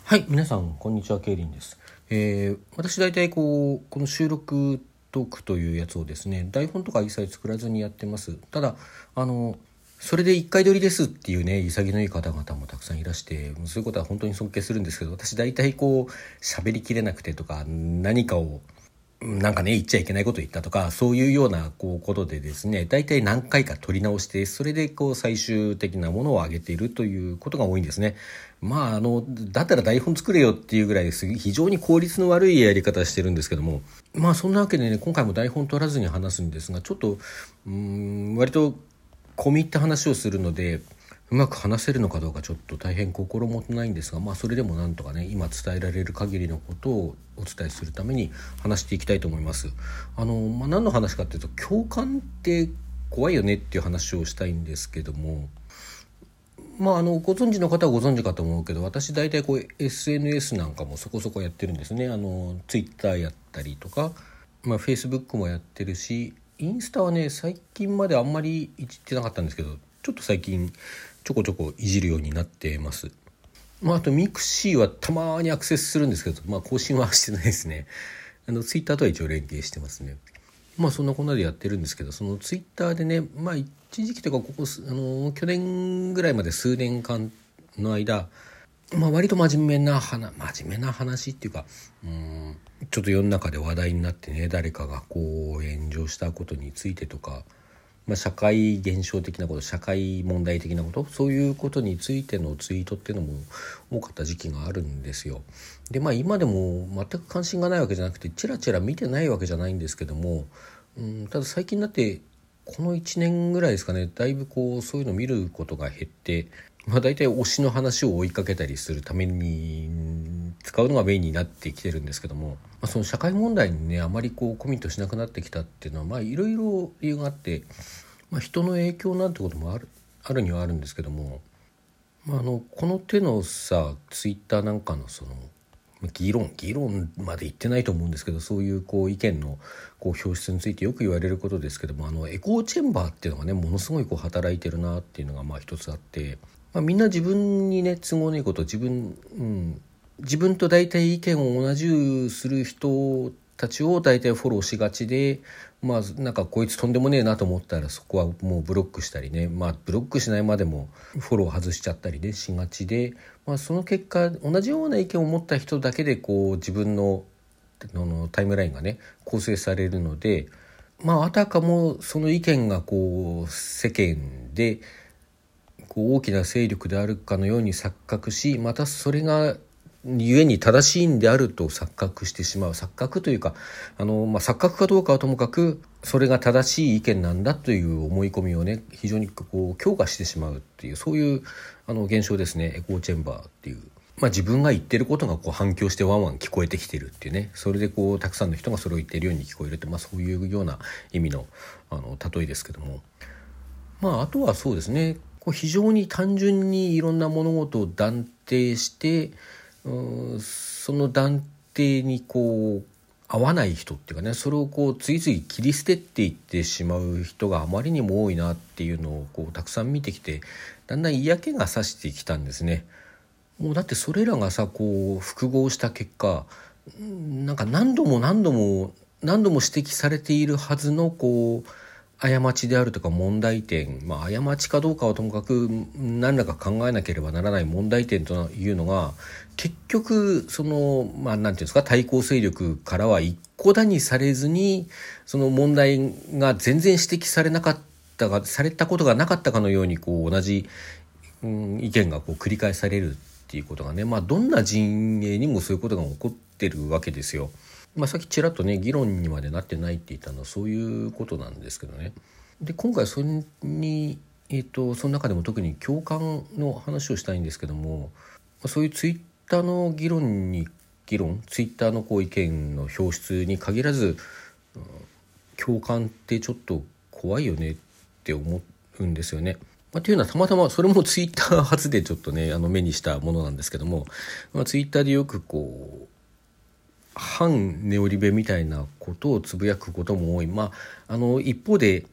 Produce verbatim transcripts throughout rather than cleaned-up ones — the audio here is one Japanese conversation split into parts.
はい、皆さんこんにちは、ケイリンです。えー、私大体こうこの収録トークというやつをですね、台本とか一切作らずにやってます。ただあのそれで一回撮りですっていうね、潔い方々もたくさんいらして、そういうことは本当に尊敬するんですけど、私大体こう喋りきれなくてとか、何かをなんかね言っちゃいけないこと言ったとか、そういうようなこうことでですね、大体何回か撮り直して、それでこう最終的なものを上げているということが多いんですね。まああのだったら台本作れよっていうぐらいです。非常に効率の悪いやり方してるんですけども、まあそんなわけでね、今回も台本取らずに話すんですが、ちょっとうーん割と込み入った話をするので、うまく話せるのかどうかちょっと大変心もとないんですが、まあそれでもなんとかね、今伝えられる限りのことをお伝えするために話していきたいと思います。あの、まあ、何の話かっていうと、共感って怖いよねっていう話をしたいんですけども、まあ、あのご存知の方はご存知かと思うけど、私大体こう エスエヌエス なんかもそこそこやってるんですね。あの Twitter やったりとか、まあ、Facebook もやってるし、インスタはね最近まであんまりいじってなかったんですけど、ちょっと最近ちょこちょこいじるようになってます。まあ、あとミクシーはたまにアクセスするんですけど、まあ、更新はしてないですね。あの Twitter とは一応連携してますね。まあそんなこんなでやってるんですけど、そのツイッターでね、まあ一時期とかここあの去年ぐらいまで数年間の間、まあ割と真面目な話真面目な話っていうか、うーんちょっと世の中で話題になってね、誰かがこう炎上したことについてとか、まあ、社会現象的なこと、社会問題的なこと、そういうことについてのツイートっていうのも多かった時期があるんですよ。でまあ今でも全く関心がないわけじゃなくて、チラチラ見てないわけじゃないんですけども、うん、ただ最近になってこのいちねんぐらいですかね、だいぶこうそういうの見ることが減って、まあ、大体推しの話を追いかけたりするために使うのがメインになってきてるんですけども、まあ、その社会問題にねあまりこうコミットしなくなってきたっていうのは、まあいろいろ理由があって、まあ、人の影響なんてこともあるあるにはあるんですけども、まあ、あのこの手のさツイッターなんかのその議論議論まで言ってないと思うんですけど、そういうこう意見のこう表出についてよく言われることですけども、あのエコーチェンバーっていうのがねものすごいこう働いてるなっていうのがまあ一つあって、まあ、みんな自分にね都合のいいことを自分、うん、自分と大体意見を同じする人たちを大体フォローしがちで、まあなんかこいつとんでもねえなと思ったらそこはもうブロックしたりね、まあブロックしないまでもフォロー外しちゃったりねしがちで、まあ、その結果同じような意見を持った人だけでこう自分ののタイムラインがね構成されるので、まああたかもその意見がこう世間でこう大きな勢力であるかのように錯覚し、またそれが故に正しいんであると錯覚してしまう、錯覚というかあの、まあ、錯覚かどうかはともかくそれが正しい意見なんだという思い込みをね非常にこう強化してしまうっていう、そういうあの現象ですね、エコーチェンバーっていう。まあ、自分が言ってることがこう反響してワンワン聞こえてきてるっていうね、それでこうたくさんの人がそれを言ってるように聞こえるって、まあ、そういうような意味の、あの例えですけども、まああとはそうですね、こう非常に単純にいろんな物事を断定して、うん、その断定にこう合わない人っていうかね、それをこう次々切り捨てっていってしまう人があまりにも多いなっていうのをこうたくさん見てきて、だんだん嫌気がさしてきたんですね。もうだってそれらがさこう複合した結果、なんか何度も何度も何度も指摘されているはずのこう過ちであるとか問題点、まあ過ちかどうかはともかく何らか考えなければならない問題点というのが結局そのまあなんていうんですか、対抗勢力からは一個だにされずに、その問題が全然指摘されなかったがされたことがなかったかのようにこう同じ、うん、意見がこう繰り返されるっていうことがね、まあどんな陣営にもそういうことが起こってるわけですよ。まあ、さっきちらっとね議論にまでなってないって言ったのはそういうことなんですけどね。で今回それに、えーと、その中でも特に共感の話をしたいんですけども、そういうツイッターの議論に議論ツイッターのこう意見の表出に限らず、共感ってちょっと怖いよねって思うんですよね。まあ、というのはたまたまそれもツイッター発でちょっとねあの目にしたものなんですけども、まあ、ツイッターでよくこう反ネオリベみたいなことをつぶやくことも多い。まあ、あの一方で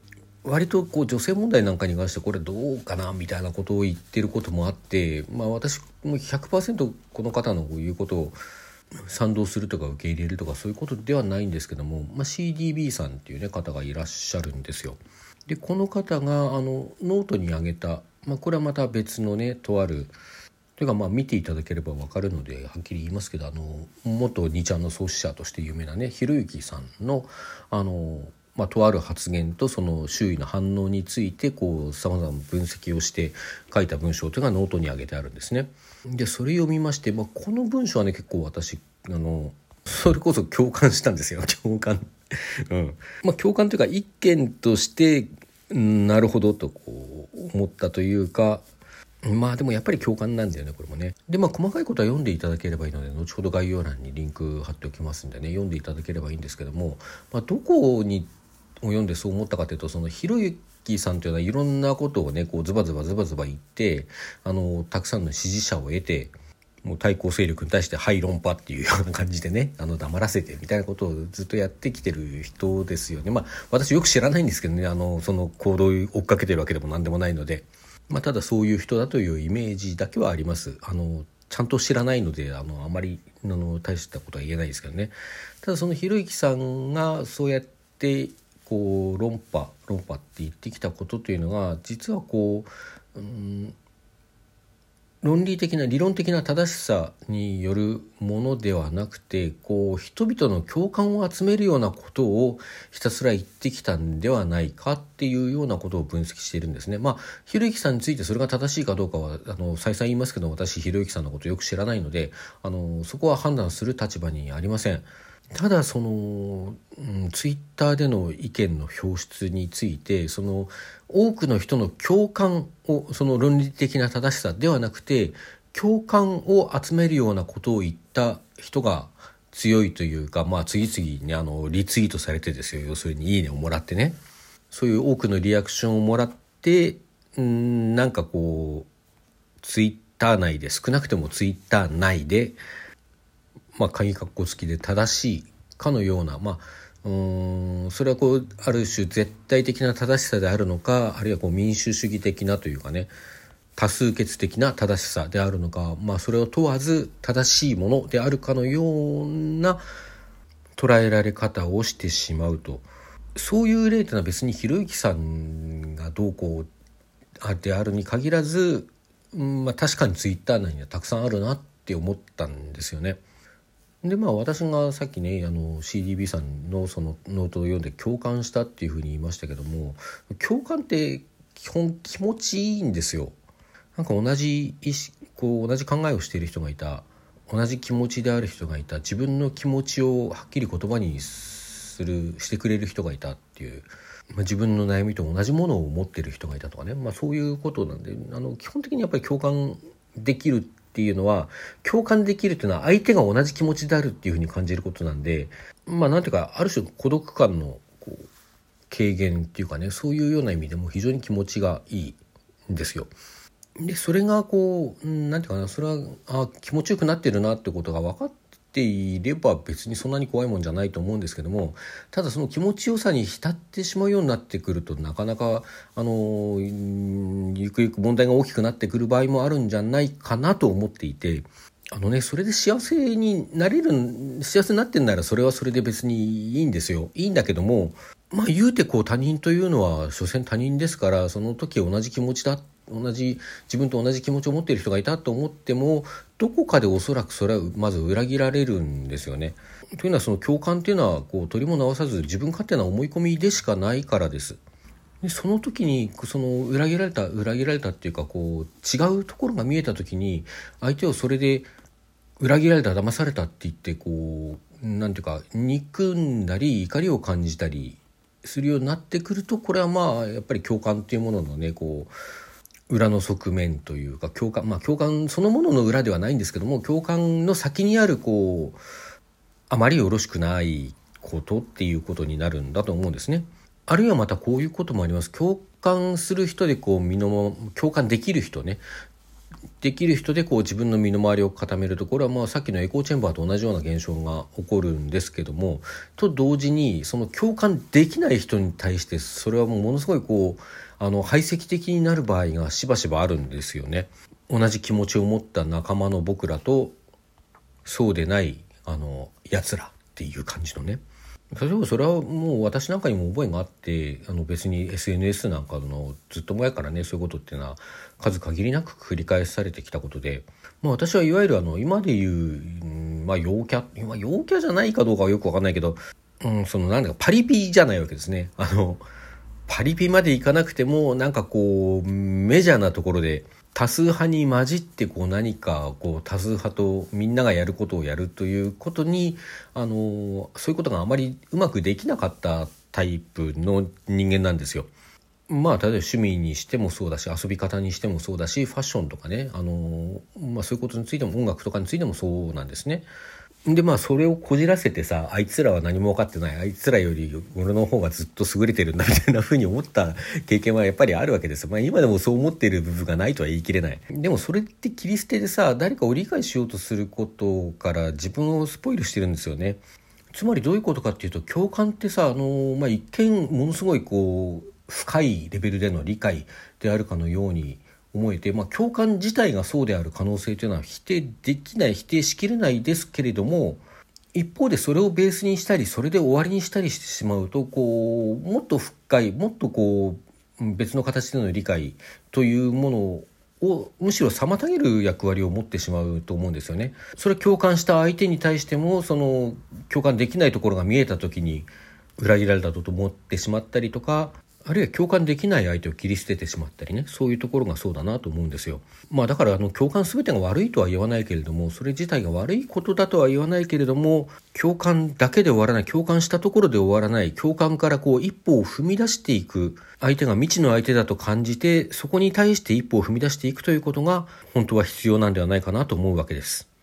割とこう女性問題なんかに関してこれどうかなみたいなことを言ってることもあって、まあ、私も ひゃくパーセント この方の言うことを賛同するとか受け入れるとかそういうことではないんですけども、まあ、シーディービー さんっていう、ね、方がいらっしゃるんですよ。でこの方があのノートに挙げた、まあ、これはまた別のねとあるというか、まあ見ていただければ分かるのではっきり言いますけど、あの元にちゃんの創始者として有名なねひろゆきさんのあの、まあ、とある発言とその周囲の反応についてこうさまざまな分析をして書いた文章というのがノートに挙げてあるんですね。でそれ読みまして、まあ、この文章はね結構私あのそれこそ共感したんですよ。共感、うんまあ、共感というか意見としてうんなるほどとこう思ったというか、まあでもやっぱり共感なんだよねこれもね。でまあ細かいことは読んでいただければいいので後ほど概要欄にリンク貼っておきますんでね読んでいただければいいんですけども、まあ、どこにを読んでそう思ったかというと、そのひろゆきさんというのはいろんなことをねこうズバズバズバズバ言ってあのたくさんの支持者を得てもう対抗勢力に対してはい論破っていうような感じでねあの黙らせてみたいなことをずっとやってきてる人ですよね。まあ私よく知らないんですけどねあのその行動を追っかけてるわけでも何でもないので。まあ、ただそういう人だというイメージだけはあります。あのちゃんと知らないのであのあまりあの大したことは言えないですけどね。ただそのひろゆきさんがそうやってこう論破論破って言ってきたことというのが実はこう、うん、論理的な理論的な正しさによるものではなくてこう人々の共感を集めるようなことをひたすら言ってきたんではないかっていうようなことを分析しているんですね。まあひろゆきさんについてそれが正しいかどうかはあの再三言いますけど私ひろゆきさんのことよく知らないのであのそこは判断する立場にありません。ただその、うん、ツイッターでの意見の表出についてその多くの人の共感をその論理的な正しさではなくて共感を集めるようなことを言った人が強いというか、まあ、次々にあのリツイートされてですよ。要するにいいねをもらってねそういう多くのリアクションをもらってんなんかこうツイッター内で少なくてもツイッター内でまあ、鍵括弧付きで正しいかのような、まあ、うーんそれはこうある種絶対的な正しさであるのかあるいはこう民主主義的なというかね多数決的な正しさであるのか、まあ、それを問わず正しいものであるかのような捉えられ方をしてしまうと。そういう例というのは別にひろゆきさんがどうこうであるに限らず、うんまあ、確かにツイッター内にはたくさんあるなって思ったんですよね。でまあ私がさっきねあの シーディービー さんのそのノートを読んで共感したっていうふうに言いましたけども共感って基本気持ちいいんですよ。なんか同じ意識こう同じ考えをしている人がいた同じ気持ちである人がいた自分の気持ちをはっきり言葉にするしてくれる人がいたっていう、まあ、自分の悩みと同じものを持っている人がいたとかね、まあ、そういうことなんであの基本的にやっぱり共感できるっていうのは共感できるっていうのは相手が同じ気持ちであるっていうふうに感じることなんでまあなんていうかある種孤独感のこう軽減っていうかねそういうような意味でも非常に気持ちがいいんですよ。でそれがこうなんていうかなそれはあ気持ちよくなってるなってことが分かっていれば別にそんなに怖いもんじゃないと思うんですけどもただその気持ちよさに浸ってしまうようになってくるとなかなかあのゆくゆく問題が大きくなってくる場合もあるんじゃないかなと思っていてあのねそれで幸せになれる幸せになってんならそれはそれで別にいいんですよ。いいんだけどもまあ言うてこう他人というのは所詮他人ですからその時同じ気持ちだ同じ自分と同じ気持ちを持っている人がいたと思ってもどこかでおそらくそれはまず裏切られるんですよね。というのはその共感というのはこう取りも直さず自分勝手な思い込みでしかないからです。でその時にその裏切られた裏切られたっていうかこう違うところが見えた時に相手をそれで裏切られた騙されたって言ってこうなんていうか憎んだり怒りを感じたりするようになってくるとこれはまあやっぱり共感っていうもののねこう裏の側面というか共感まあ共感そのものの裏ではないんですけども共感の先にあるこうあまりよろしくないことっていうことになるんだと思うんですね。あるいはまたこういうこともあります。共感する人でこう身の共感できる人ねできる人でこう自分の身の回りを固めると、これはまあさっきのエコーチェンバーと同じような現象が起こるんですけども、と同時にその共感できない人に対してそれはもうものすごいこうあの排斥的になる場合がしばしばあるんですよね。同じ気持ちを持った仲間の僕らとそうでないあの奴らっていう感じのね。例えばそれはもう私なんかにも覚えがあって、あの別に エスエヌエス なんかのずっと前からねそういうことっていうのは数限りなく繰り返されてきたことで、まあ、私はいわゆるあの今で言う、うんまあ、陽キャ、まあ、陽キャじゃないかどうかはよく分かんないけど、うん、そのなんだかパリピじゃないわけですね。あのパリピまでいかなくてもなんかこうメジャーなところで多数派に混じってこう何かこう多数派とみんながやることをやるということにあのそういうことがあまりうまくできなかったタイプの人間なんですよ。まあ例えば趣味にしてもそうだし、遊び方にしてもそうだし、ファッションとかね、あの、まあ、そういうことについても音楽とかについてもそうなんですね。でまあそれをこじらせてさ、あいつらは何も分かってない、あいつらより俺の方がずっと優れてるんだみたいな風に思った経験はやっぱりあるわけですよ。まあ今でもそう思っている部分がないとは言い切れない。でもそれって切り捨てでさ、誰かを理解しようとすることから自分をスポイルしてるんですよね。つまりどういうことかっていうと、共感ってさ、あの、まあ、一見ものすごいこう深いレベルでの理解であるかのように思えて、まあ、共感自体がそうである可能性というのは否定できない、否定しきれないですけれども、一方でそれをベースにしたりそれで終わりにしたりしてしまうと、こうもっと深い、もっとこう別の形での理解というものをむしろ妨げる役割を持ってしまうと思うんですよね。それは共感した相手に対しても、その共感できないところが見えた時に裏切られたと思ってしまったりとか、あるいは共感できない相手を切り捨ててしまったりね、そういうところがそうだなと思うんですよ。まあだからあの共感全てが悪いとは言わないけれども、それ自体が悪いことだとは言わないけれども、共感だけで終わらない、共感したところで終わらない、共感からこう一歩を踏み出していく、相手が未知の相手だと感じてそこに対して一歩を踏み出していくということが本当は必要なんではないかなと思うわけです。